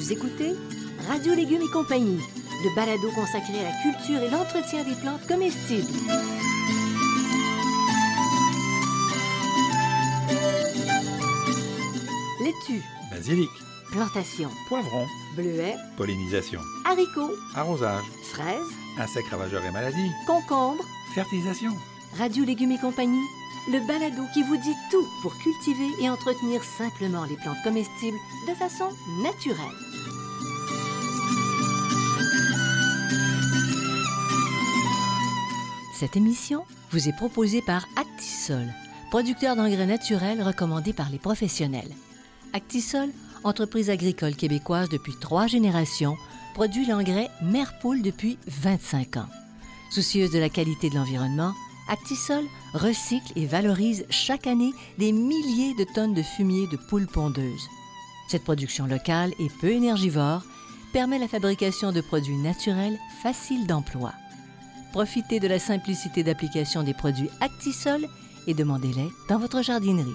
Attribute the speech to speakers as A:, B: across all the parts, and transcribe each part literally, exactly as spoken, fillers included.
A: Vous écoutez Radio Légumes et compagnie, le balado consacré à la culture et l'entretien des plantes comestibles. Laitue,
B: basilic,
A: plantation,
B: poivron,
A: bleuets,
B: pollinisation,
A: haricots,
B: arrosage,
A: fraises,
B: insectes ravageurs et maladies,
A: concombres.
B: fertilisation.
A: Radio Légumes et compagnie, le balado qui vous dit tout pour cultiver et entretenir simplement les plantes comestibles de façon naturelle. Cette émission vous est proposée par Actisol, producteur d'engrais naturels recommandé par les professionnels. Actisol, entreprise agricole québécoise depuis trois générations, produit l'engrais Merpoule depuis vingt-cinq ans. Soucieuse de la qualité de l'environnement, Actisol recycle et valorise chaque année des milliers de tonnes de fumier de poules pondeuses. Cette production locale et peu énergivore permet la fabrication de produits naturels faciles d'emploi. Profitez de la simplicité d'application des produits Actisol et demandez-les dans votre jardinerie.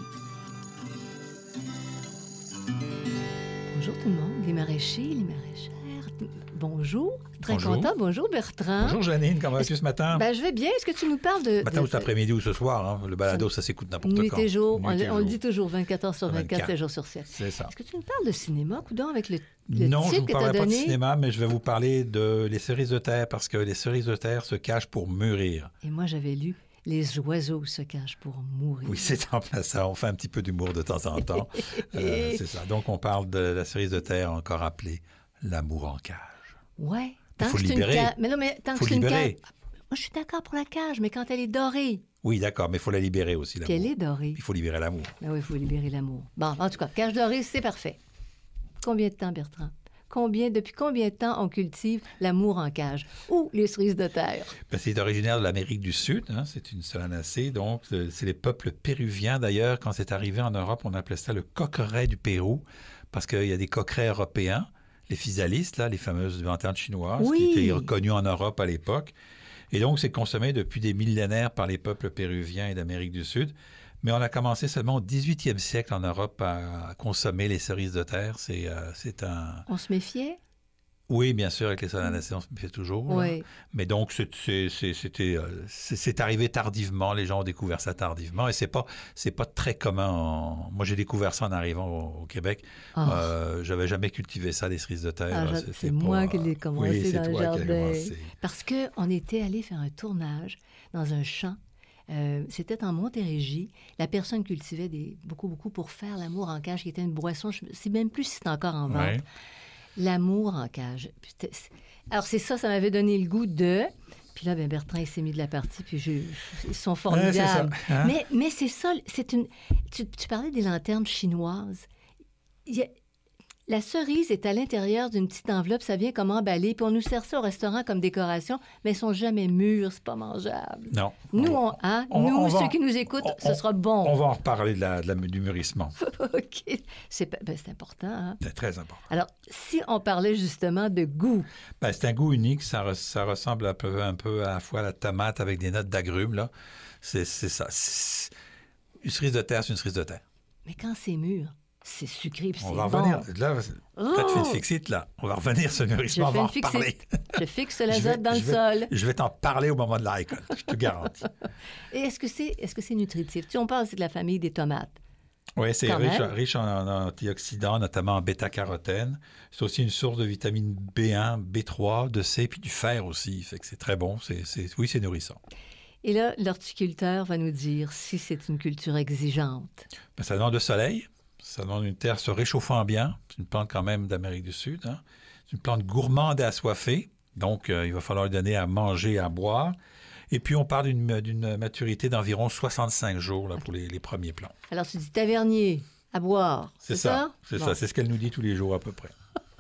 A: Bonjour tout le monde, les maraîchers, les maraîchères. Bonjour, très
B: Bonjour.
A: content. Bonjour Bertrand.
B: Bonjour Janine, comment vas-tu ce matin?
A: Ben, je vais bien. Est-ce que tu nous parles de...
B: Matin
A: de-
B: ou cet après-midi ou ce soir, hein? Le balado, ça s'écoute n'importe
A: Nuit
B: quand.
A: et jour.
B: Nuit
A: On,
B: et
A: on le
B: jour.
A: dit toujours vingt-quatre heures sur vingt-quatre,
B: vingt-quatre.
A: sept jours sur sept.
B: C'est ça.
A: Est-ce que tu nous parles de cinéma, coudonc, avec le, le
B: Non, je
A: titre
B: ne vous
A: que tu as
B: parlerai pas de
A: donné?
B: cinéma, mais je vais vous parler de les cerises de terre parce que les cerises de terre se cachent pour mûrir.
A: Et moi, j'avais lu « Les oiseaux se cachent pour mourir ».
B: Oui, c'est en plein ça. On fait un petit peu d'humour de temps en temps. Euh, c'est ça. Donc, on parle de la cerise de terre, encore appelée l'amour en cage.
A: Ouais.
B: Il
A: Tant
B: faut
A: que
B: le
A: c'est une
B: libérer.
A: cage. Mais non, mais tant
B: Il
A: que
B: faut
A: c'est une
B: libérer.
A: cage. Moi, je suis d'accord pour la cage, mais quand elle est dorée,
B: Oui, d'accord, mais il faut la libérer aussi,
A: puis elle
B: l'amour.
A: est dorée,
B: Il faut libérer l'amour.
A: ben oui, il faut libérer l'amour. Bon, en tout cas, cage dorée, c'est parfait. Combien de temps, Bertrand? Combien, depuis combien de temps on cultive l'amour en cage ou les cerises de terre?
B: Ben, c'est originaire de l'Amérique du Sud, hein, c'est une solanacée, donc euh, c'est les peuples péruviens. D'ailleurs, quand c'est arrivé en Europe, on appelait ça le coqueret du Pérou, parce qu'il y a des coquerets européens, les physalistes, là, les fameuses lanternes chinoises,
A: Oui.
B: qui étaient reconnues en Europe à l'époque. Et donc, c'est consommé depuis des millénaires par les peuples péruviens et d'Amérique du Sud. Mais on a commencé seulement au dix-huitième siècle en Europe à, à consommer les cerises de terre. C'est, euh, c'est un...
A: On se méfiait?
B: Oui, bien sûr, avec les solanacées, on se fait toujours. là.
A: Oui.
B: Mais donc, c'est, c'est, c'est, c'était, euh, c'est, c'est arrivé tardivement. Les gens ont découvert ça tardivement. Et c'est pas, c'est pas très commun. En... Moi, j'ai découvert ça en arrivant au, au Québec.
A: Oh.
B: Euh, j'avais jamais cultivé ça, des cerises de terre.
A: Ah,
B: là.
A: je- c'est
B: pas-
A: moi qui l'ai commencé
B: oui, c'est
A: dans le
B: toi qui as
A: jardin.
B: commencé.
A: Parce qu'on était allé faire un tournage dans un champ. Euh, c'était en Montérégie. La personne cultivait des, beaucoup, beaucoup pour faire l'amour en cage, qui était une boisson. Je ne sais même plus si c'est encore en vente.
B: Ouais.
A: L'amour en cage. Putain, c'est- Alors, c'est ça, ça m'avait donné le goût de... Puis là, ben, Bertrand, il s'est mis de la partie, puis je... ils sont
B: Ouais, c'est ça,
A: formidables.
B: hein?
A: mais, mais c'est ça, c'est une... Tu, tu parlais des lanternes chinoises. Il y a- La cerise est à l'intérieur d'une petite enveloppe, ça vient comme emballé, puis on nous sert ça au restaurant comme décoration, mais elles sont jamais mûres, c'est pas mangeable.
B: Non.
A: Nous,
B: On-
A: on, hein,
B: on-
A: nous
B: on va-
A: ceux qui nous écoutent,
B: on-
A: ce sera bon.
B: On va en reparler de la, de la- du mûrissement.
A: OK. C'est, pas- ben, c'est important. Hein?
B: C'est très important.
A: Alors, si on parlait justement de goût,
B: Ben, c'est un goût unique. Ça, re- ça ressemble un peu, un peu à la fois à la tomate avec des notes d'agrumes. Là. C'est, c'est ça. C'est- Une cerise de terre, c'est une cerise de terre.
A: mais quand c'est mûr, c'est sucré, puis
B: On
A: c'est
B: va
A: bon.
B: revenir. Là, là, tu fais une
A: Oh!
B: fixite, là. On va revenir sur le
A: Je
B: mûrissement. On
A: fais
B: va en
A: une fixite.
B: reparler.
A: Je fixe l'azote
B: Je vais-
A: dans
B: je
A: le
B: vais-
A: sol.
B: Je vais t'en parler au moment de la récolte. Je te garantis.
A: Et est-ce que c'est, est-ce que c'est nutritif? Tu sais, on parle aussi de la famille des tomates.
B: Oui, c'est
A: Quand
B: riche,
A: même.
B: riche en, en antioxydants, notamment en bêta-carotène. C'est aussi une source de vitamine B un, B trois, de C, puis du fer aussi. Fait que c'est très bon. C'est, c'est- oui, c'est nourrissant.
A: Et là, l'horticulteur va nous dire si c'est une culture exigeante.
B: Ben, ça demande le soleil. Ça demande une terre se réchauffant bien. C'est une plante quand même d'Amérique du Sud. Hein. C'est une plante gourmande et assoiffée. Donc, euh, il va falloir lui donner à manger et à boire. Et puis, on parle d'une, d'une maturité d'environ soixante-cinq jours là, pour les, les premiers plants.
A: Alors, tu dis tavernier, à boire, c'est,
B: C'est ça. C'est
A: Bon.
B: ça. C'est ce qu'elle nous dit tous les jours à peu près.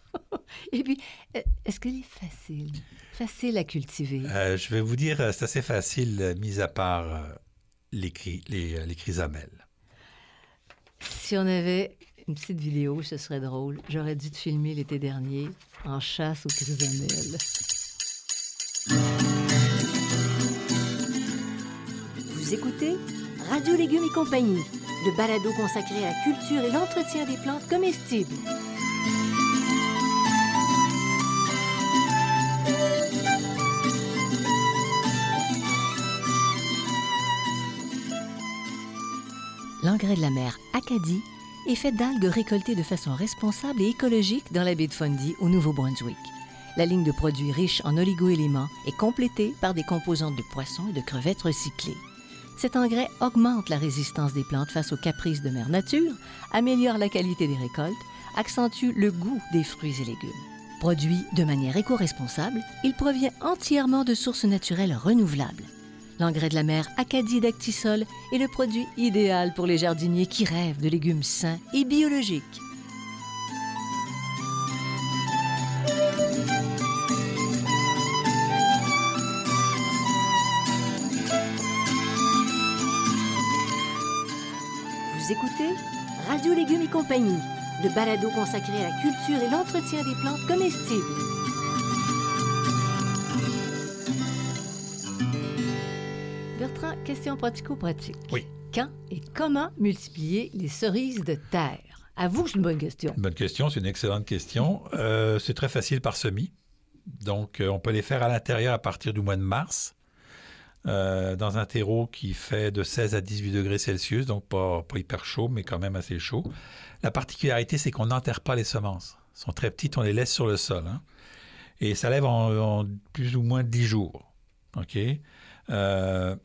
A: Et puis, euh, est-ce qu'elle est facile? Facile à cultiver?
B: Euh, je vais vous dire, euh, c'est assez facile, euh, mis à part euh, les, cri- les, euh, les chrysamelles.
A: Si on avait une petite vidéo, ce serait drôle. J'aurais dû te filmer l'été dernier en chasse aux chrysamelles. Vous écoutez Radio Légumes et compagnie, le balado consacré à la culture et l'entretien des plantes comestibles. l'engrais de la mer Acadie est fait d'algues récoltées de façon responsable et écologique dans la baie de Fundy, au Nouveau-Brunswick. La ligne de produits riches en oligo-éléments est complétée par des composantes de poissons et de crevettes recyclées. Cet engrais augmente la résistance des plantes face aux caprices de Mère Nature, améliore la qualité des récoltes, accentue le goût des fruits et légumes. Produit de manière éco-responsable, il provient entièrement de sources naturelles renouvelables. L'engrais de la mer Acadie d'Actisol est le produit idéal pour les jardiniers qui rêvent de légumes sains et biologiques. Vous écoutez Radio Légumes et compagnie, le balado consacré à la culture et l'entretien des plantes comestibles. Bertrand, question pratico-pratique.
B: Oui.
A: Quand et comment multiplier les cerises de terre? Avoue, c'est une bonne question.
B: Une bonne question, c'est une excellente question. Euh, c'est très facile par semis. Donc, euh, on peut les faire à l'intérieur à partir du mois de mars, euh, dans un terreau qui fait de seize à dix-huit degrés Celsius, donc pas, pas hyper chaud, mais quand même assez chaud. La particularité, c'est qu'on n'enterre pas les semences. Elles sont très petites, on les laisse sur le sol. Hein? Et ça lève en, en plus ou moins dix jours. OK? Euh,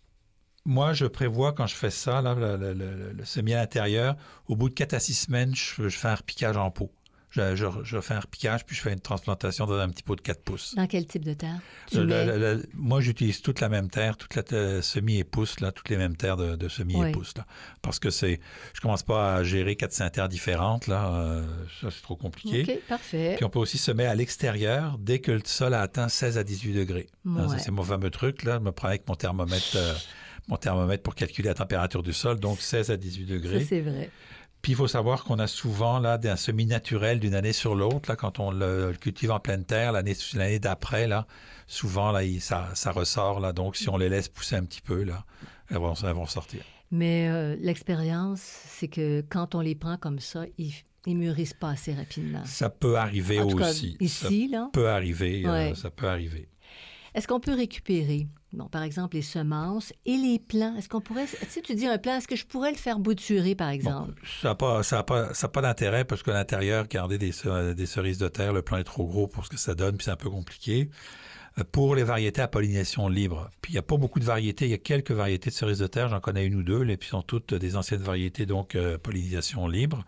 B: moi, je prévois, quand je fais ça, là, le, le, le, le semis à l'intérieur, au bout de quatre à six semaines, je, je fais un repiquage en pot. Je, je, je fais un repiquage, puis je fais une transplantation dans un petit pot de quatre pouces.
A: Dans quel type de terre? Tu
B: Le,
A: mets...
B: le, le, moi, j'utilise toute la même terre, toute la euh, semis-épouse, là, toutes les mêmes terres de, de semis-épouse. Oui. Parce que c'est, je commence pas à gérer quatre cinq terres différentes. Là, euh, ça, c'est trop compliqué.
A: OK, parfait.
B: Puis on peut aussi semer à l'extérieur dès que le sol a atteint seize à dix-huit degrés.
A: Ouais.
B: Hein, ça, c'est mon fameux truc. Là, je me prends avec mon thermomètre, euh, mon thermomètre pour calculer la température du sol, donc seize à dix-huit degrés.
A: Ça, c'est vrai.
B: Puis il faut savoir qu'on a souvent là, un semis naturel d'une année sur l'autre. Là, quand on le, le cultive en pleine terre, l'année, l'année d'après, là, souvent, là, il, ça, ça ressort. Là, donc, si on les laisse pousser un petit peu, là, elles vont, elles vont sortir.
A: Mais euh, l'expérience, c'est que quand on les prend comme ça, ils ne mûrissent pas assez rapidement.
B: Ça peut arriver
A: en tout
B: aussi.
A: Cas, ici,
B: ça
A: là.
B: peut arriver.
A: Ouais.
B: Euh, ça peut arriver.
A: Est-ce qu'on peut récupérer, bon, par exemple, les semences et les plants? Est-ce qu'on pourrait... Si tu dis un plant, est-ce que je pourrais le faire bouturer, par exemple?
B: Bon, ça n'a pas, ça a pas, ça a pas d'intérêt parce qu'à l'intérieur, garder des, des cerises de terre, le plant est trop gros pour ce que ça donne, puis c'est un peu compliqué. Pour les variétés à pollinisation libre, puis il n'y a pas beaucoup de variétés. Il y a quelques variétés de cerises de terre, j'en connais une ou deux, et puis sont toutes des anciennes variétés, donc euh, pollinisation libre.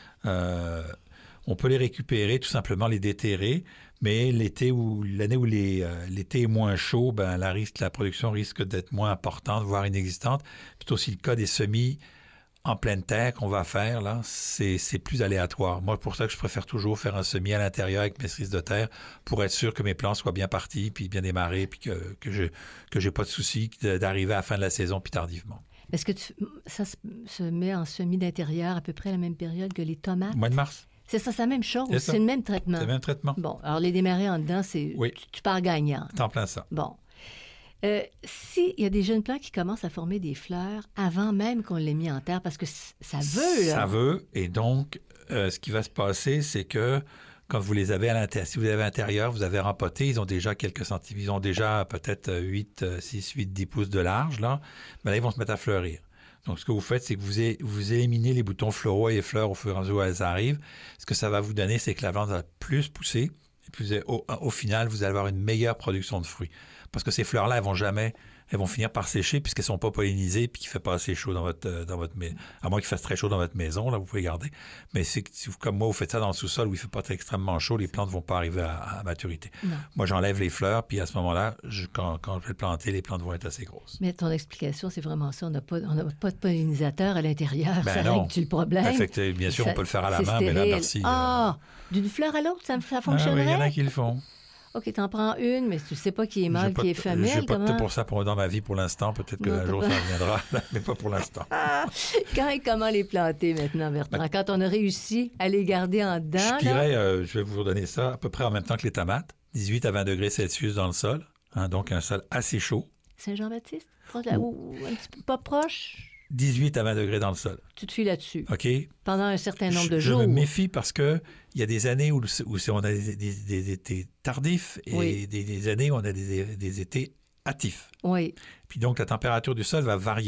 B: Euh, on peut les récupérer, tout simplement les déterrer, mais l'été où, l'année où les, euh, l'été est moins chaud, ben, la, risque, la production risque d'être moins importante, voire inexistante. C'est aussi le cas des semis en pleine terre qu'on va faire, là, c'est, c'est plus aléatoire. Moi, pour ça que je préfère toujours faire un semis à l'intérieur avec mes cerises de terre pour être sûr que mes plants soient bien partis, puis bien démarrés, puis que, que je que j'ai pas de souci d'arriver à la fin de la saison, puis tardivement.
A: Est-ce que tu, ça se met en semis d'intérieur à peu près à la même période que les tomates?
B: Mois de mars.
A: C'est ça, c'est la même chose.
B: C'est,
A: c'est le même traitement.
B: C'est le même traitement.
A: Bon, alors les démarrer en dedans, c'est
B: oui.
A: tu, tu pars gagnant.
B: T'en plein ça.
A: Bon. Euh, s'il y a des jeunes plants qui commencent à former des fleurs avant même qu'on les mis en terre, parce que ça veut, là.
B: Ça veut, et donc, euh, ce qui va se passer, c'est que quand vous les avez à l'intérieur, si vous les avez à l'intérieur, vous avez rempoté, ils ont déjà quelques centimètres, ils ont déjà peut-être huit, six, huit, dix pouces de large, là, mais là, ils vont se mettre à fleurir. Donc, ce que vous faites, c'est que vous, é- vous éliminez les boutons floraux et les fleurs au fur et à mesure où elles arrivent. Ce que ça va vous donner, c'est que la plante va plus pousser, et puis vous avez, au, au final, vous allez avoir une meilleure production de fruits. Parce que ces fleurs-là, elles vont jamais, elles vont finir par sécher puisqu'elles ne sont pas pollinisées puis qu'il ne fait pas assez chaud dans votre, dans votre maison. À moins qu'il fasse très chaud dans votre maison, là, vous pouvez garder. Mais c'est, si vous, comme moi, vous faites ça dans le sous-sol où il ne fait pas très extrêmement chaud, les plantes ne vont pas arriver à, à maturité.
A: Non.
B: Moi, j'enlève les fleurs, puis à ce moment-là, je, quand, quand je vais le planter, les plantes vont être assez grosses.
A: Mais ton explication, c'est vraiment ça. On n'a pas, on n'a pas de pollinisateur à l'intérieur.
B: Ben
A: ça
B: non.
A: règle-tu le problème?
B: Effectivement, bien sûr,
A: ça,
B: on peut le faire à la main,
A: stérile.
B: mais là, merci.
A: Ah! Euh... D'une fleur à l'autre, ça, ça fonctionnerait?
B: Ah oui, il y en a qui le font.
A: OK, t'en prends une, mais tu sais pas qui est mâle, qui est femelle.
B: J'ai pas
A: comment...
B: de temps pour ça pour, dans ma vie pour l'instant. Peut-être que un jour ça reviendra, mais pas pour l'instant.
A: Quand et comment les planter maintenant, Bertrand? Ben, quand on a réussi à les garder en dedans?
B: Je dirais, euh, je vais vous redonner ça à peu près en même temps que les tomates. dix-huit à vingt degrés Celsius dans le sol. Hein, donc un sol assez chaud.
A: Saint-Jean-Baptiste? Ou un petit peu pas proche?
B: dix-huit à vingt degrés dans le sol.
A: Tu te fies là-dessus.
B: OK.
A: Pendant un certain nombre de
B: je,
A: jours.
B: Je me méfie parce qu'il y a des années où, où on a des, des, des étés tardifs et oui. des, des années où on a des, des étés hâtifs.
A: Oui.
B: Puis donc, la température du sol va varier.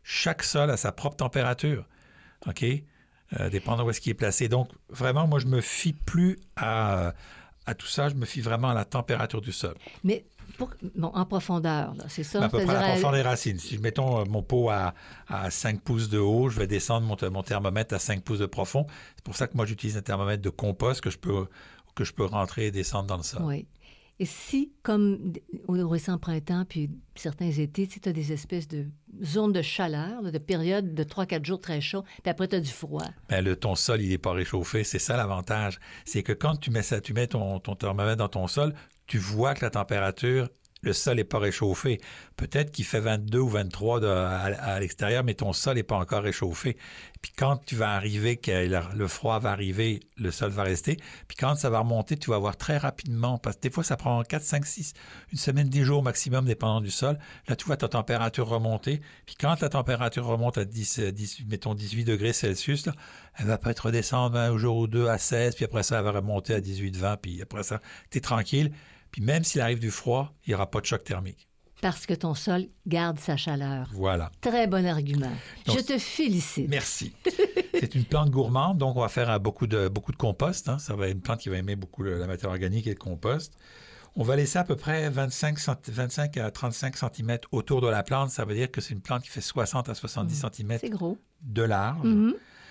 B: chaque sol a sa propre température, OK? Euh, dépendant où est-ce qu'il est placé. Donc, vraiment, moi, je me fie plus à, à tout ça. Je me fie vraiment à la température du sol.
A: Mais pour, bon, en profondeur, là, c'est ça?
B: Ben, à peu près à la
A: C'est-à-dire
B: profondeur des racines. Si, mettons, euh, mon pot à, à cinq pouces de haut, je vais descendre mon, mon thermomètre à cinq pouces de profond. C'est pour ça que moi, j'utilise un thermomètre de compost que je peux, que je peux rentrer et descendre dans le sol.
A: Oui. Et si, comme au récent printemps, puis certains étés, tu as des espèces de zones de chaleur, là, de périodes de trois quatre jours très chauds, puis après, tu as du froid.
B: Bien, le, ton sol, il n'est pas réchauffé. C'est ça l'avantage. C'est que quand tu mets, ça, tu mets ton, ton thermomètre dans ton sol, tu vois que la température, le sol n'est pas réchauffé. Peut-être qu'il fait vingt-deux ou vingt-trois de, à, à l'extérieur, mais ton sol n'est pas encore réchauffé. Puis quand tu vas arriver, que le froid va arriver, le sol va rester. Puis quand ça va remonter, tu vas voir très rapidement, parce que des fois, ça prend quatre, cinq, six, une semaine, dix jours maximum, dépendant du sol. Là, tu vois ta température remonter. Puis quand la température remonte à dix, dix, mettons dix-huit degrés Celsius, là, elle va peut-être redescendre un jour ou deux à seize, puis après ça, elle va remonter à dix-huit, vingt, puis après ça, tu es tranquille. Puis même s'il arrive du froid, il n'y aura pas de choc thermique.
A: Parce que ton sol garde sa chaleur.
B: Voilà.
A: Très bon argument.
B: Donc,
A: je te félicite.
B: Merci. C'est une plante gourmande, donc on va faire beaucoup de, beaucoup de compost. Hein. Ça va être une plante qui va aimer beaucoup le, la matière organique et le compost. On va laisser à peu près vingt-cinq, vingt-cinq à trente-cinq centimètres autour de la plante. Ça veut dire que c'est une plante qui fait soixante à soixante-dix mmh. centimètres
A: c'est gros.
B: De large. Mmh.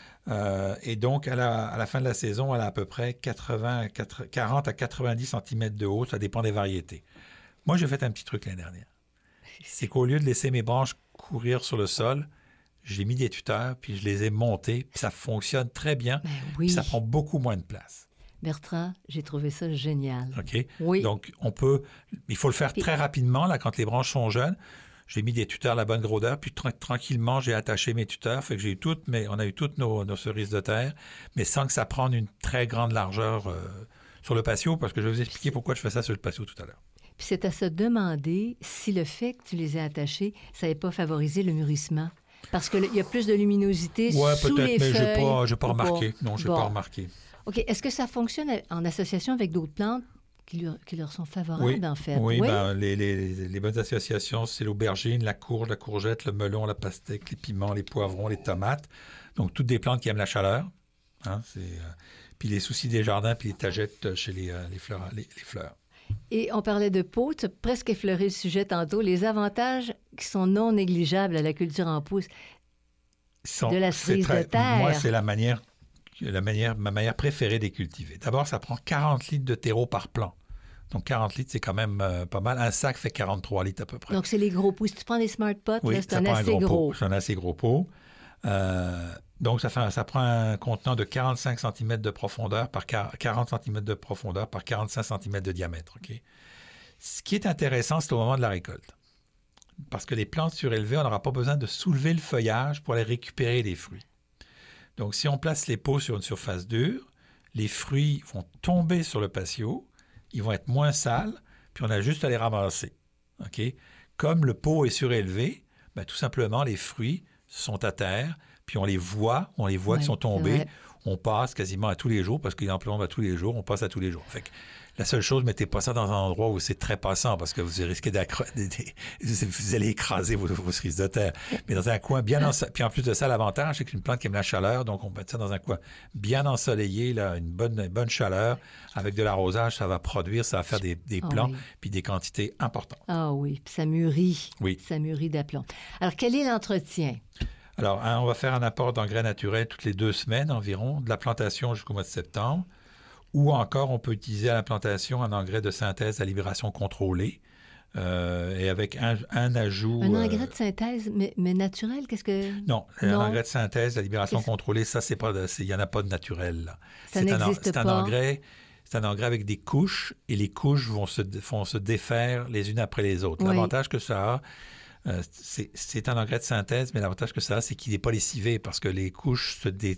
B: Euh, et donc, à la, à la fin de la saison, elle a à peu près quatre-vingts, quarante à quatre-vingt-dix centimètres de haut. Ça dépend des variétés. Moi, j'ai fait un petit truc l'année dernière. C'est qu'au lieu de laisser mes branches courir sur le sol, j'ai mis des tuteurs, puis je les ai montés, puis ça fonctionne très bien,
A: ben oui.
B: Puis ça prend beaucoup moins de place.
A: Bertrand, j'ai trouvé ça génial.
B: OK?
A: Oui.
B: Donc, on peut... Il faut le faire
A: puis...
B: très rapidement, là, quand les branches sont jeunes. J'ai mis des tuteurs à la bonne grandeur, puis tra- tranquillement, j'ai attaché mes tuteurs. Fait que j'ai eu toutes, mais on a eu toutes nos, nos cerises de terre, mais sans que ça prenne une très grande largeur euh, sur le patio, parce que je vais vous expliquer pourquoi je fais ça sur le patio tout à l'heure.
A: Puis c'est à se demander si le fait que tu les aies attachés, ça n'avait pas favorisé le mûrissement. Parce qu'il y a plus de luminosité
B: ouais,
A: sous les feuilles. Oui, peut-être,
B: mais je n'ai pas, j'ai pas remarqué.
A: Pas.
B: Non, je n'ai
A: bon.
B: pas remarqué.
A: OK. Est-ce que ça fonctionne en association avec d'autres plantes qui leur, qui leur sont favorables,
B: oui.
A: en fait?
B: Oui, oui? Ben, les, les, les bonnes associations, c'est l'aubergine, la courge, la courgette, le melon, la pastèque, les piments, les poivrons, les tomates. Donc, toutes des plantes qui aiment la chaleur. Hein, c'est, euh, puis les soucis des jardins, puis les tagettes chez les, euh, les, fleurs, les, les fleurs.
A: Et on parlait de pot, tu as presque effleuré le sujet tantôt. Les avantages qui sont non négligeables à la culture en pousse
B: sont,
A: de la cerise
B: très,
A: de terre.
B: Moi, c'est la manière, la manière, ma manière préférée de les cultiver. D'abord, ça prend quarante litres de terreau par plant. Donc, quarante litres, c'est quand même euh, pas mal. Un sac fait quarante-trois litres à peu près.
A: Donc, c'est les gros pots. Si tu prends des Smart Pots,
B: oui,
A: là, c'est un assez
B: un gros.
A: gros.
B: Pot. C'est un assez gros pot. Euh, donc, ça, fait, ça prend un contenant de quarante-cinq centimètres de profondeur par quarante centimètres de profondeur par quarante-cinq centimètres de diamètre. Okay? Ce qui est intéressant, c'est au moment de la récolte. Parce que les plantes surélevées, on n'aura pas besoin de soulever le feuillage pour aller récupérer les fruits. Donc, si on place les pots sur une surface dure, les fruits vont tomber sur le patio, ils vont être moins sales, puis on a juste à les ramasser. Okay? Comme le pot est surélevé, ben, tout simplement, les fruits sont à terre, puis on les voit, on les voit
A: ouais,
B: qu'ils sont tombés. On passe quasiment à tous les jours, parce qu'il en plombe à tous les jours, on passe à tous les jours. Fait que la seule chose, mettez pas ça dans un endroit où c'est très passant, parce que vous risquez d'accro... vous allez écraser vos, vos cerises de terre. Mais dans un coin bien ensoleillé. Puis en plus de ça, l'avantage, c'est qu'une plante qui aime la chaleur, donc on met ça dans un coin bien ensoleillé, là, une bonne, une bonne chaleur. Avec de l'arrosage, ça va produire, ça va faire des, des plants, oh oui. Puis des quantités importantes.
A: Ah oui, puis ça mûrit.
B: Oui.
A: Ça mûrit d'aplomb. Alors, quel est l'entretien?
B: Alors, hein, on va faire un apport d'engrais naturels toutes les deux semaines environ, de la plantation jusqu'au mois de septembre. Ou encore, on peut utiliser à la plantation un engrais de synthèse à libération contrôlée euh, et avec un, un ajout...
A: Un engrais euh, de synthèse, mais, mais naturel, qu'est-ce que...
B: Non, non, un engrais de synthèse à libération qu'est-ce... contrôlée, ça, c'est pas, il n'y en a pas de naturel. Là.
A: Ça
B: c'est
A: n'existe
B: un, c'est
A: pas.
B: Un engrais, c'est un engrais avec des couches et les couches vont se, vont se défaire les unes après les autres. Oui. L'avantage que ça a... Euh, c'est, c'est un engrais de synthèse, mais l'avantage que ça a, c'est qu'il n'est pas lessivé parce que les couches, se dé...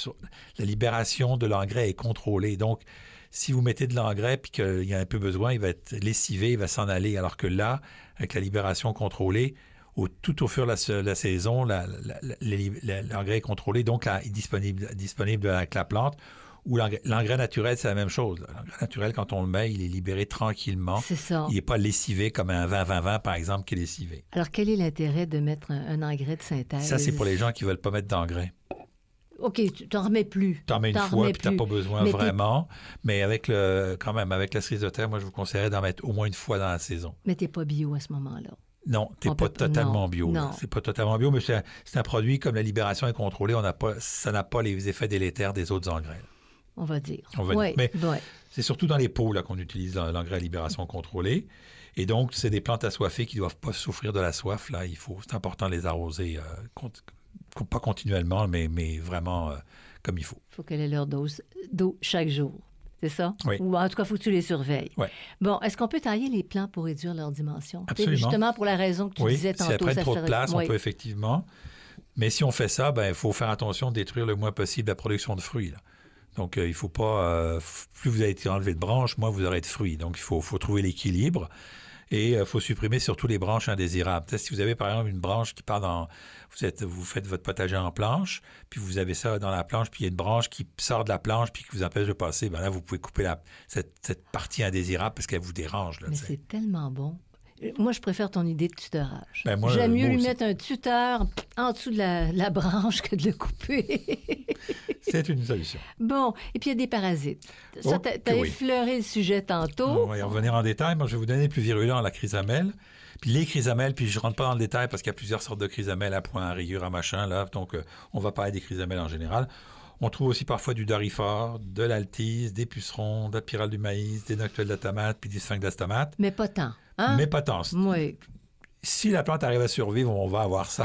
B: la libération de l'engrais est contrôlée. Donc, si vous mettez de l'engrais et qu'il y a un peu besoin, il va être lessivé, il va s'en aller. Alors que là, avec la libération contrôlée, au, tout au fur de la, la saison, la, la, la, la, l'engrais est contrôlé, donc là, il est disponible, disponible avec la plante. Ou l'engrais, l'engrais naturel, c'est la même chose. L'engrais naturel, quand on le met, il est libéré tranquillement.
A: C'est ça.
B: Il n'est pas lessivé comme un vingt vingt vingt, par exemple, qui est lessivé.
A: Alors, quel est l'intérêt de mettre un, un engrais de synthèse?
B: Ça, c'est pour les gens qui ne veulent pas mettre d'engrais.
A: OK, tu t'en remets plus.
B: Tu en mets une
A: T'en
B: fois,
A: remets
B: puis tu n'as
A: plus.
B: pas besoin
A: Mais
B: vraiment. Mais avec le, quand même, avec la cerise de terre, moi, je vous conseillerais d'en mettre au moins une fois dans la saison.
A: Mais tu n'es pas bio à ce moment-là.
B: Non, tu n'es
A: On
B: pas
A: peut-
B: totalement
A: non,
B: bio.
A: non.
B: C'est pas totalement bio, mais c'est un, c'est un produit comme la libération est contrôlée, on n'a pas, ça n'a pas les effets délétères des autres engrais.
A: On va dire.
B: On va
A: Oui,
B: dire. Mais
A: ouais.
B: c'est surtout dans les pots là, qu'on utilise l'engrais à libération contrôlée. Et donc, c'est des plantes assoiffées qui ne doivent pas souffrir de la soif. Là, il faut, c'est important de les arroser, euh, con- pas continuellement, mais, mais vraiment euh, comme il faut.
A: Il faut qu'elle ait leur dose d'eau chaque jour. C'est ça?
B: Oui.
A: Ou en tout cas, il faut que tu les surveilles.
B: Oui.
A: Bon, est-ce qu'on peut tailler les plants pour réduire leur dimension?
B: Absolument.
A: Justement pour la raison que tu
B: Oui,
A: disais
B: si
A: tantôt.
B: elles prennent
A: ça
B: trop de
A: serait-
B: place,
A: oui.
B: on peut effectivement. Mais si on fait ça, ben, il faut faire attention de détruire le moins possible la production de fruits. Là. Donc, euh, il ne faut pas... euh, f- plus vous allez enlever de branches, moins vous aurez de fruits. Donc, il faut, faut trouver l'équilibre. Et il euh, faut supprimer surtout les branches indésirables. Peut-être si vous avez, par exemple, une branche qui part dans... Vous, êtes, vous faites votre potager en planche, puis vous avez ça dans la planche, puis il y a une branche qui sort de la planche puis qui vous empêche de passer. Bien là, vous pouvez couper la, cette, cette partie indésirable parce qu'elle vous dérange. Là,
A: Mais
B: tu sais.
A: c'est tellement bon. Euh, Moi, je préfère ton idée de tutorage.
B: Ben, moi,
A: J'aime mieux
B: moi
A: lui
B: aussi.
A: mettre un tuteur en dessous de la, la branche que de le couper.
B: C'est une solution.
A: Bon, et puis il y a des parasites. Ça,
B: Oh,
A: tu as
B: que oui.
A: effleuré le sujet tantôt.
B: On va y revenir en détail. Moi, je vais vous donner le plus virulent, la chrysamelle. Puis les chrysamelles, puis je ne rentre pas dans le détail parce qu'il y a plusieurs sortes de chrysamelles à point, à rayures, à machin. Là. Donc, euh, on va parler des chrysamelles en général. On trouve aussi parfois du doryphore, de l'altise, des pucerons, de la pyrale du maïs, des noctuelles de tomate, puis des sphinx d'astomate.
A: Mais pas tant. Hein?
B: Mais pas tant.
A: Oui.
B: Si la plante arrive à survivre, on va avoir ça.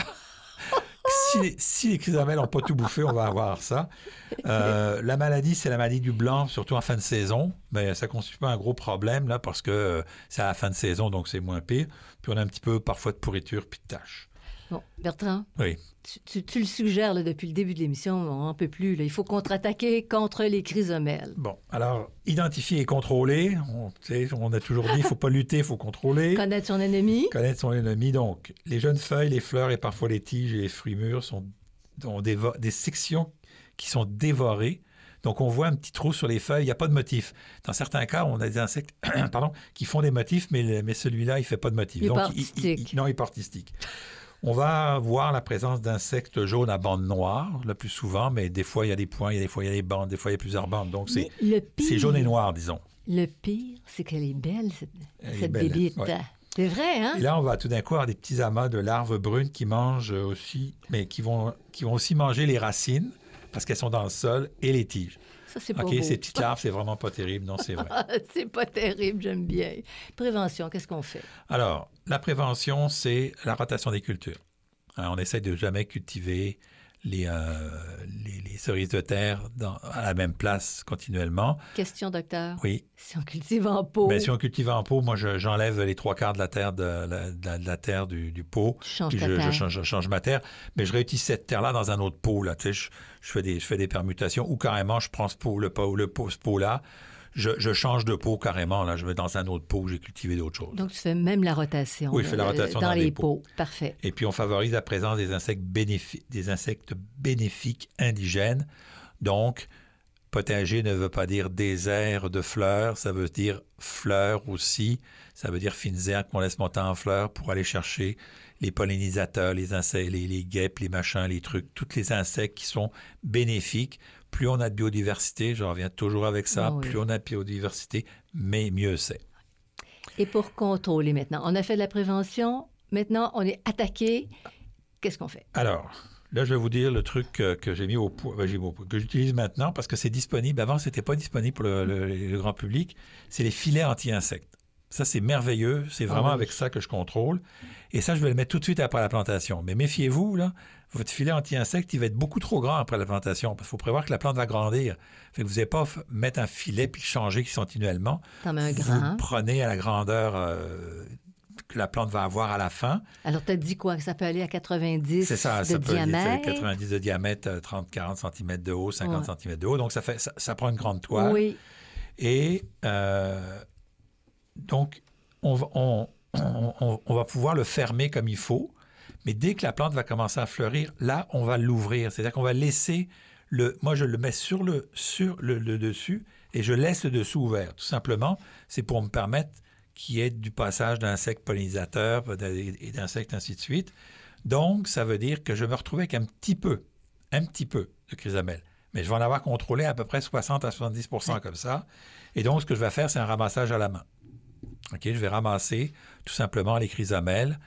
B: si, les, si les chrysamelles n'ont pas tout bouffé, on va avoir ça. Euh, la maladie, c'est la maladie du blanc, surtout en fin de saison. Mais ça ne constitue pas un gros problème là, parce que euh, c'est à la fin de saison, donc c'est moins pire. Puis on a un petit peu parfois de pourriture puis de taches.
A: Bon, Bertrand,
B: Oui.
A: tu, tu- tu le suggères là, depuis le début de l'émission, on n'en peut plus. Là. Il faut contre-attaquer contre les chrysomèles.
B: Bon, alors, identifier et contrôler. On, tu sais, on a toujours dit, il ne faut pas lutter, il faut contrôler.
A: Connaître son ennemi.
B: Connaître son ennemi. Donc, les jeunes feuilles, les fleurs et parfois les tiges et les fruits mûrs sont, ont des, vo- des sections qui sont dévorées. Donc, on voit un petit trou sur les feuilles, il n'y a pas de motif. Dans certains cas, on a des insectes pardon, qui font des motifs, mais, le- mais celui-là, il ne fait pas de motif.
A: Il est
B: Donc,
A: pas artistique.
B: non, il n'est pas artistique. On va voir la présence d'insectes jaunes à bandes noires, le plus souvent, mais des fois, il y a des points, il y a des fois, il y a des bandes, des fois, il y a plusieurs bandes. Donc, c'est,
A: Mais le pire,
B: c'est jaune et noir, disons.
A: Le pire, c'est qu'elle est belle, cette,
B: Elle est
A: cette
B: belle,
A: bébite.
B: ouais.
A: C'est vrai, hein?
B: Et là, on va tout d'un coup avoir des petits amas de larves brunes qui mangent aussi, mais qui vont, qui vont aussi manger les racines, parce qu'elles sont dans le sol, et les tiges.
A: Ça, c'est pas
B: OK,
A: beau.
B: ces petites larves, c'est vraiment pas terrible. Non, c'est vrai.
A: C'est pas terrible, j'aime bien. Prévention, qu'est-ce qu'on fait?
B: Alors, la prévention, c'est la rotation des cultures. Hein, on essaie de jamais cultiver les, euh, les, les cerises de terre dans- à la même place continuellement.
A: Question, docteur.
B: Oui.
A: Si on cultive en pot,
B: Ben, si on cultive en pot, moi, je- j'enlève les trois quarts de la terre, de la, de la- de la terre du, du pot.
A: tu changes
B: Puis
A: ta
B: je, je
A: terre.
B: change, je change ma terre, mais je réutilise cette terre-là dans un autre pot. Là, tu sais, je, je fais des, je fais des permutations ou carrément, je prends ce pot, le pot, le pot, ce pot-là, je, je change de pot carrément. Là, je vais dans un autre pot où j'ai cultivé d'autres choses.
A: Donc, tu fais même la rotation.
B: Oui, je fais la
A: là,
B: rotation
A: dans,
B: dans
A: les
B: des
A: pots. Parfait.
B: Et puis, on favorise la présence des insectes, bénéfi- des insectes bénéfiques indigènes. Donc, potager ne veut pas dire désert de fleurs, ça veut dire fleurs aussi. Ça veut dire fines herbes qu'on laisse monter en fleurs pour aller chercher les pollinisateurs, les insectes, les, les guêpes, les machins, les trucs, tous les insectes qui sont bénéfiques. Plus on a de biodiversité, je reviens toujours avec ça,
A: Ah oui.
B: plus on a de biodiversité, mais mieux c'est.
A: Et pour contrôler maintenant, on a fait de la prévention. Maintenant, on est attaqué. Qu'est-ce qu'on fait?
B: Alors, là, je vais vous dire le truc que, que j'ai mis au point, ben, j'ai mis au point, que j'utilise maintenant parce que c'est disponible. Avant, ce n'était pas disponible pour le, le- le grand public. C'est les filets anti-insectes. Ça, c'est merveilleux. C'est vraiment
A: Ah oui.
B: avec ça que je contrôle. Et ça, je vais le mettre tout de suite après la plantation. Mais méfiez-vous, là, votre filet anti-insecte, il va être beaucoup trop grand après la plantation parce qu'il faut prévoir que la plante va grandir. Fait que vous n'allez pas f- mettre un filet puis le changer continuellement.
A: T'en mets un
B: Vous
A: grand.
B: le prenez à la grandeur euh, que la plante va avoir à la fin.
A: Alors, tu as dit quoi? Que ça peut aller à quatre-vingt-dix
B: C'est ça,
A: de
B: ça peut
A: diamètre?
B: quatre-vingt-dix de diamètre, euh, trente à quarante centimètres de haut, cinquante
A: Ouais.
B: centimètres de haut. Donc, ça, fait, ça, ça prend une grande toile.
A: Oui.
B: Et euh, donc, on va, on, on- on- on va pouvoir le fermer comme il faut. Mais dès que la plante va commencer à fleurir, là, on va l'ouvrir. C'est-à-dire qu'on va laisser le, moi, je le mets sur le, sur le, le dessus et je laisse le dessous ouvert. Tout simplement, c'est pour me permettre qu'il y ait du passage d'insectes pollinisateurs et d'insectes, ainsi de suite. Donc, ça veut dire que je me retrouve avec un petit peu, un petit peu de chrysamelles. Mais je vais en avoir contrôlé à peu près soixante à soixante-dix pour cent oui. comme ça. Et donc, ce que je vais faire, c'est un ramassage à la main. OK, je vais ramasser tout simplement les chrysamelles.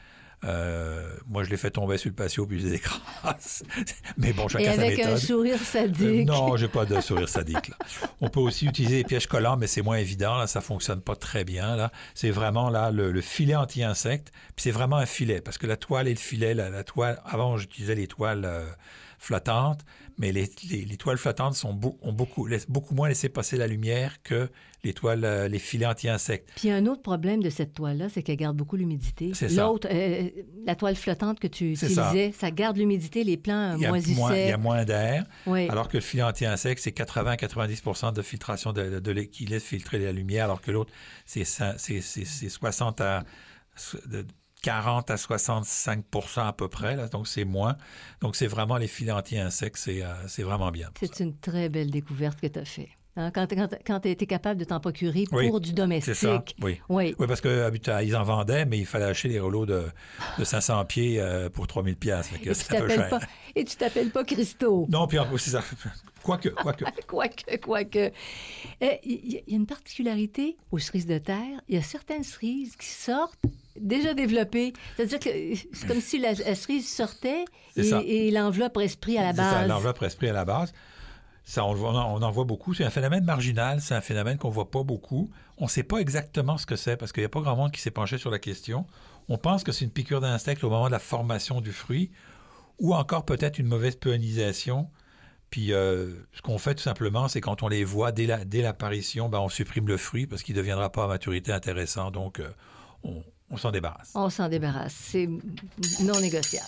B: Euh, moi, je les fais tomber sur le patio puis je les écrase. Mais bon, chacun sa méthode.
A: Et avec un sourire sadique.
B: Euh, non, j'ai pas de sourire sadique. Là. On peut aussi utiliser des pièges collants, mais c'est moins évident. Là, ça fonctionne pas très bien. Là, c'est vraiment là le, le filet anti-insectes. Puis c'est vraiment un filet parce que la toile et le filet, la, la toile. Avant, j'utilisais les toiles euh, flottantes, mais les, les, les toiles flottantes sont beau, ont beaucoup, laissent beaucoup moins laissé passer la lumière que les toiles, euh, les filets anti-insectes.
A: Puis un autre problème de cette toile-là, c'est qu'elle garde beaucoup l'humidité.
B: C'est ça.
A: L'autre, euh, la toile flottante que tu utilisais, ça. ça garde l'humidité, les plants moisissaient.
B: Il y a moins d'air,
A: oui.
B: alors que le filet anti-insectes, c'est quatre-vingts à quatre-vingt-dix pour cent de filtration de, de, de, de, qui laisse filtrer la lumière, alors que l'autre, c'est, c'est, c'est, c'est soixante à... De, quarante à soixante-cinq pour cent à peu près, là, donc c'est moins. Donc c'est vraiment les filets anti-insectes, c'est, euh, c'est vraiment bien.
A: C'est
B: ça.
A: Une très belle découverte que tu as faite. Hein, quand quand, quand tu as été capable de t'en procurer pour
B: oui,
A: du domestique.
B: C'est ça, oui.
A: Oui,
B: oui parce qu'ils en vendaient, mais il fallait acheter des rouleaux de, de cinq cents pieds euh, pour trois mille dollars. C'est un peu cher.
A: Pas, et tu t'appelles pas Christo.
B: Non, puis c'est ça. Quoique, quoique.
A: quoique, quoique. Il euh, y, y a une particularité aux cerises de terre. Il y a certaines cerises qui sortent déjà développées. C'est-à-dire que c'est comme si la, la cerise sortait et, et l'enveloppe reste prise à la base.
B: C'est ça, l'enveloppe reste prise à la base. Ça, on, on, en, on en voit beaucoup. C'est un phénomène marginal. C'est un phénomène qu'on ne voit pas beaucoup. On ne sait pas exactement ce que c'est parce qu'il n'y a pas grand monde qui s'est penché sur la question. On pense que c'est une piqûre d'insecte au moment de la formation du fruit ou encore peut-être une mauvaise pollinisation. Puis euh, ce qu'on fait tout simplement, c'est quand on les voit dès, la, dès l'apparition, ben, on supprime le fruit parce qu'il ne deviendra pas à maturité intéressant. Donc, euh, on, on s'en débarrasse.
A: On s'en débarrasse. C'est non négociable.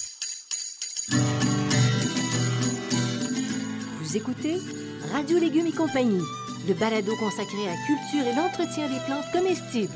A: Vous écoutez Radio Légumes et compagnie, le balado consacré à la culture et l'entretien des plantes comestibles.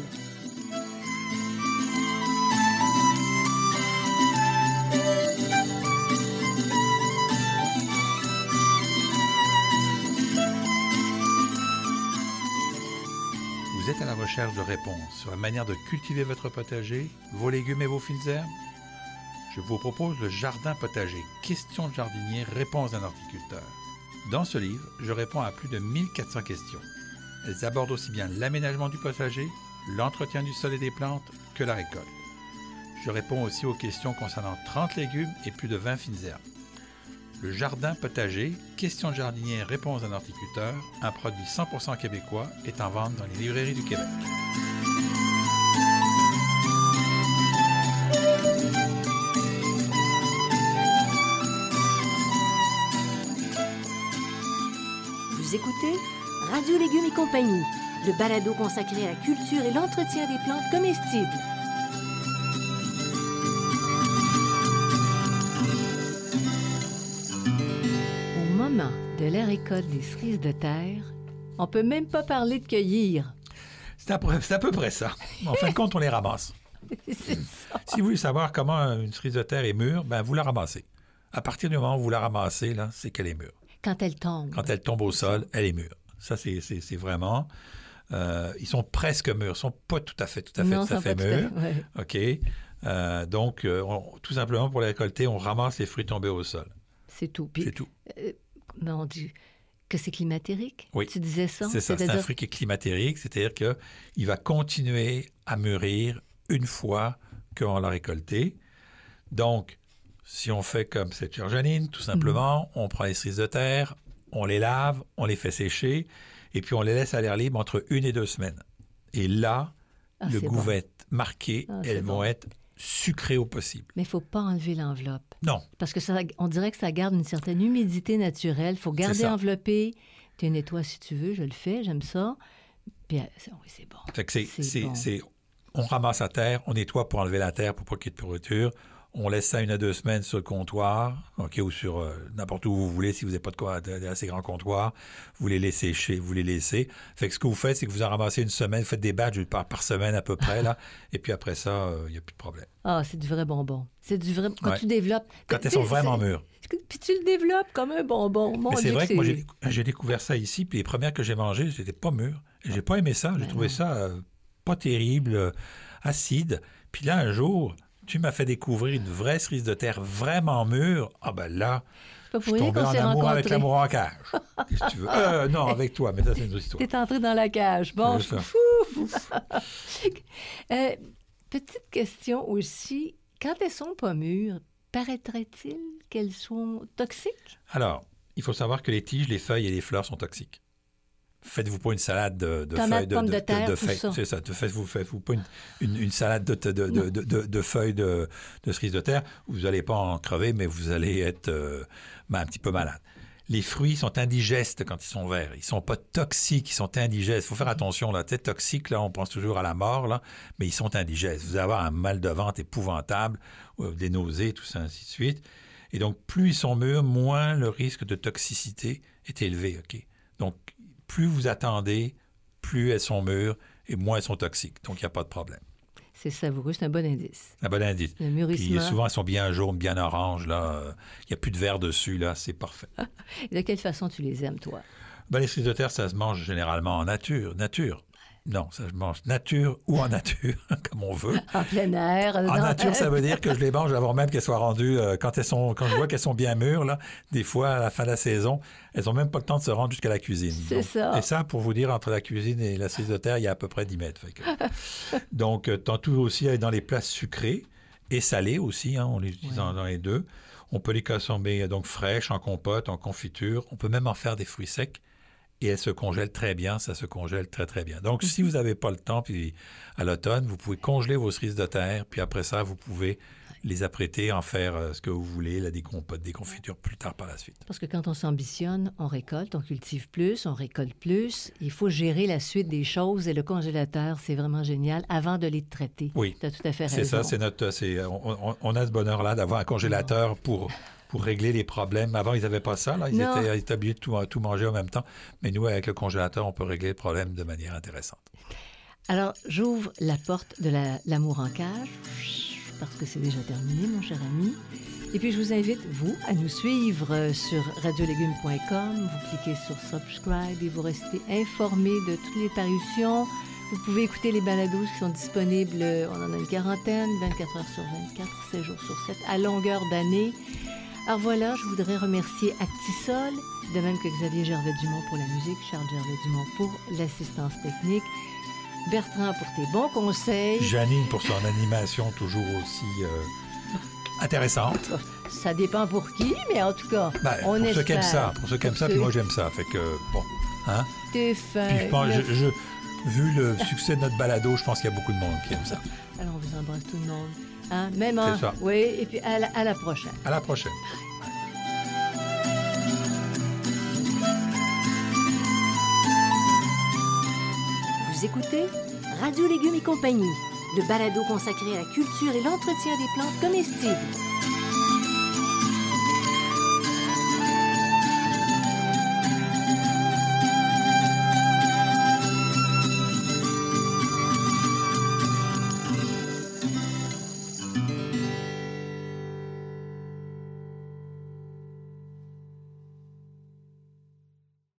B: Vous êtes à la recherche de réponses sur la manière de cultiver votre potager, vos légumes et vos fines herbes? Je vous propose le Jardin potager, questions de jardinier, réponses d'un horticulteur. Dans ce livre, je réponds à plus de mille quatre cents questions. Elles abordent aussi bien l'aménagement du potager, l'entretien du sol et des plantes que la récolte. Je réponds aussi aux questions concernant trente légumes et plus de vingt fines herbes. Le Jardin potager, questions de jardinier, réponses d'un horticulteur, un produit cent pour cent québécois, est en vente dans les librairies du Québec.
A: Vous écoutez Radio Légumes et compagnie, le balado consacré à la culture et l'entretien des plantes comestibles. Au moment de la récolte des cerises de terre, on peut même pas parler de cueillir.
B: C'est à peu, c'est à peu près ça. En fin de compte, on les ramasse.
A: C'est ça.
B: Si vous voulez savoir comment une cerise de terre est mûre, ben vous la ramassez. À partir du moment où vous la ramassez, là, c'est qu'elle est mûre.
A: Quand elle tombe.
B: Quand elle tombe au sol, elle est mûre. Ça, c'est, c'est, c'est vraiment... Euh, ils sont presque mûrs. Ils ne sont pas tout à fait, tout à fait,
A: non,
B: tout à fait mûrs.
A: Ouais.
B: OK. Euh, donc, euh, on, tout simplement, pour les récolter, on ramasse les fruits tombés au sol.
A: C'est tout. Puis,
B: c'est tout.
A: Euh, mon Dieu, que c'est climatérique?
B: Oui.
A: Tu disais ça?
B: C'est ça. C'est un fruit qui est climatérique. C'est-à-dire qu'il va continuer à mûrir une fois qu'on l'a récolté. Donc, si on fait comme cette chère Janine, tout simplement, mmh. on prend les cerises de terre, on les lave, on les fait sécher, et puis on les laisse à l'air libre entre une et deux semaines. Et là, ah, le goût bon. va être marqué, ah, elles vont bon. être sucrées au possible.
A: Mais il ne faut pas enlever l'enveloppe.
B: Non.
A: Parce que ça, on dirait que ça garde une certaine humidité naturelle. Il faut garder enveloppé. Tu nettoies si tu veux, je le fais, j'aime ça. Puis, oui, c'est bon.
B: Fait que c'est,
A: c'est
B: c'est,
A: bon.
B: c'est, on ramasse la terre, on nettoie pour enlever la terre, pour pas qu'il y ait de pourriture. On laisse ça une à deux semaines sur le comptoir, OK, ou sur euh, n'importe où vous voulez, si vous n'avez pas de quoi, assez grand comptoir, vous les laissez chez, vous les laissez. Fait que ce que vous faites, c'est que vous en ramassez une semaine, vous faites des batchs par, par semaine à peu près, là, et puis après ça, il euh, n'y a plus de problème.
A: Ah, c'est du vrai bonbon. C'est du vrai... Quand ouais. tu développes...
B: Quand elles sont vraiment mûres.
A: Puis tu le développes comme un bonbon. Mon
B: Mais c'est
A: Dieu
B: vrai
A: que,
B: que moi, j'ai, j'ai découvert ça ici, puis les premières que j'ai mangées, c'était pas mûres. Et j'ai pas aimé ça. J'ai ben trouvé non. ça euh, pas terrible, euh, acide. Puis là, un jour... Tu m'as fait découvrir une vraie cerise de terre vraiment mûre. Ah ben là, je suis tombé en amour rencontré. Avec l'amour en cage. Qu'est-ce que tu veux? Euh, non, avec toi, mais ça, c'est une autre histoire.
A: T'es entré dans la cage. Bon, je suis fou. euh, petite question aussi. Quand elles sont pas mûres, paraîtrait-il qu'elles sont toxiques?
B: Alors, il faut savoir que les tiges, les feuilles et les fleurs sont toxiques. Faites-vous pas une salade de, de feuilles de, de, de, terre, de, de feuilles. Ça. C'est ça. Faites-vous, faites-vous pas une, une, une salade de, de, de, de, de, de feuilles de, de cerise de terre. Vous n'allez pas en crever, mais vous allez être euh, un petit peu malade. Les fruits sont indigestes quand ils sont verts. Ils ne sont pas toxiques, ils sont indigestes. Il faut faire attention. Là. Tu sais, toxique, là, on pense toujours à la mort, là, mais ils sont indigestes. Vous allez avoir un mal de ventre épouvantable, des nausées, tout ça, ainsi de suite. Et donc, plus ils sont mûrs, moins le risque de toxicité est élevé. Okay? Donc, plus vous attendez, plus elles sont mûres et moins elles sont toxiques. Donc, il n'y a pas de problème.
A: C'est savoureux, c'est un bon indice.
B: Un bon indice.
A: Le mûrissement.
B: Puis souvent, elles sont bien jaunes, bien oranges. Là. Il n'y a plus de vert dessus. Là. C'est parfait.
A: Et de quelle façon tu les aimes, toi?
B: Ben, les cerises de terre, ça se mange généralement en nature. Nature. Non, ça se mange nature ou en nature, comme on veut.
A: En plein air.
B: En nature, ça veut dire que je les mange avant même qu'elles soient rendues. Euh, quand elles sont, quand je vois qu'elles sont bien mûres, là, des fois, à la fin de la saison, elles n'ont même pas le temps de se rendre jusqu'à la cuisine.
A: C'est donc, ça.
B: Et ça, pour vous dire, entre la cuisine et la cerise de terre, il y a à peu près dix mètres. Fait que... donc, tantôt aussi dans les plats sucrés et salés aussi, hein, on les utilise ouais. dans les deux. On peut les consommer donc fraîches, en compote, en confiture. On peut même en faire des fruits secs. Et elles se congèlent très bien, ça se congèle très, très bien. Donc, si vous n'avez pas le temps, puis à l'automne, vous pouvez congeler vos cerises de terre, puis après ça, vous pouvez les apprêter, en faire euh, ce que vous voulez, là, des compotes, des confitures plus tard par la suite.
A: Parce que quand on s'ambitionne, on récolte, on cultive plus, on récolte plus. Il faut gérer la suite des choses et le congélateur, c'est vraiment génial, avant de les traiter.
B: Oui,
A: tu as tout à fait raison.
B: C'est ça, c'est notre, c'est, on, on, on a ce bonheur-là d'avoir un congélateur pour... pour régler les problèmes. Avant, ils n'avaient pas ça. Là. Ils non. étaient, étaient habitués de tout, tout manger en même temps. Mais nous, avec le congélateur, on peut régler le problème de manière intéressante. Alors,
A: j'ouvre la porte de la, l'amour en cage, parce que c'est déjà terminé, mon cher ami. Et puis, je vous invite, vous, à nous suivre sur radio légumes point com. Vous cliquez sur « Subscribe » et vous restez informés de toutes les parutions. Vous pouvez écouter les balados qui sont disponibles, on en a une quarantaine, vingt-quatre heures sur vingt-quatre, sept jours sur sept, à longueur d'année. Alors voilà, je voudrais remercier Actisol, de même que Xavier Gervais-Dumont pour la musique, Charles Gervais-Dumont pour l'assistance technique, Bertrand pour tes bons conseils.
B: Janine pour son animation toujours aussi euh, intéressante.
A: Ça dépend pour qui, mais en tout cas,
B: ben,
A: on
B: pour
A: espère.
B: Ceux qui aiment ça, pour ceux qui aiment ça, puis moi j'aime ça, fait que bon, hein.
A: T'es fin.
B: Puis je pense, le... je, je, vu le succès de notre balado, je pense qu'il y a beaucoup de monde qui aime ça.
A: Alors on vous embrasse tout le monde. Hein? Même en...
B: C'est ça.
A: Oui, et puis à la, à la prochaine.
B: À la prochaine.
A: Vous écoutez Radio Légumes et compagnie, le balado consacré à la culture et l'entretien des plantes comestibles.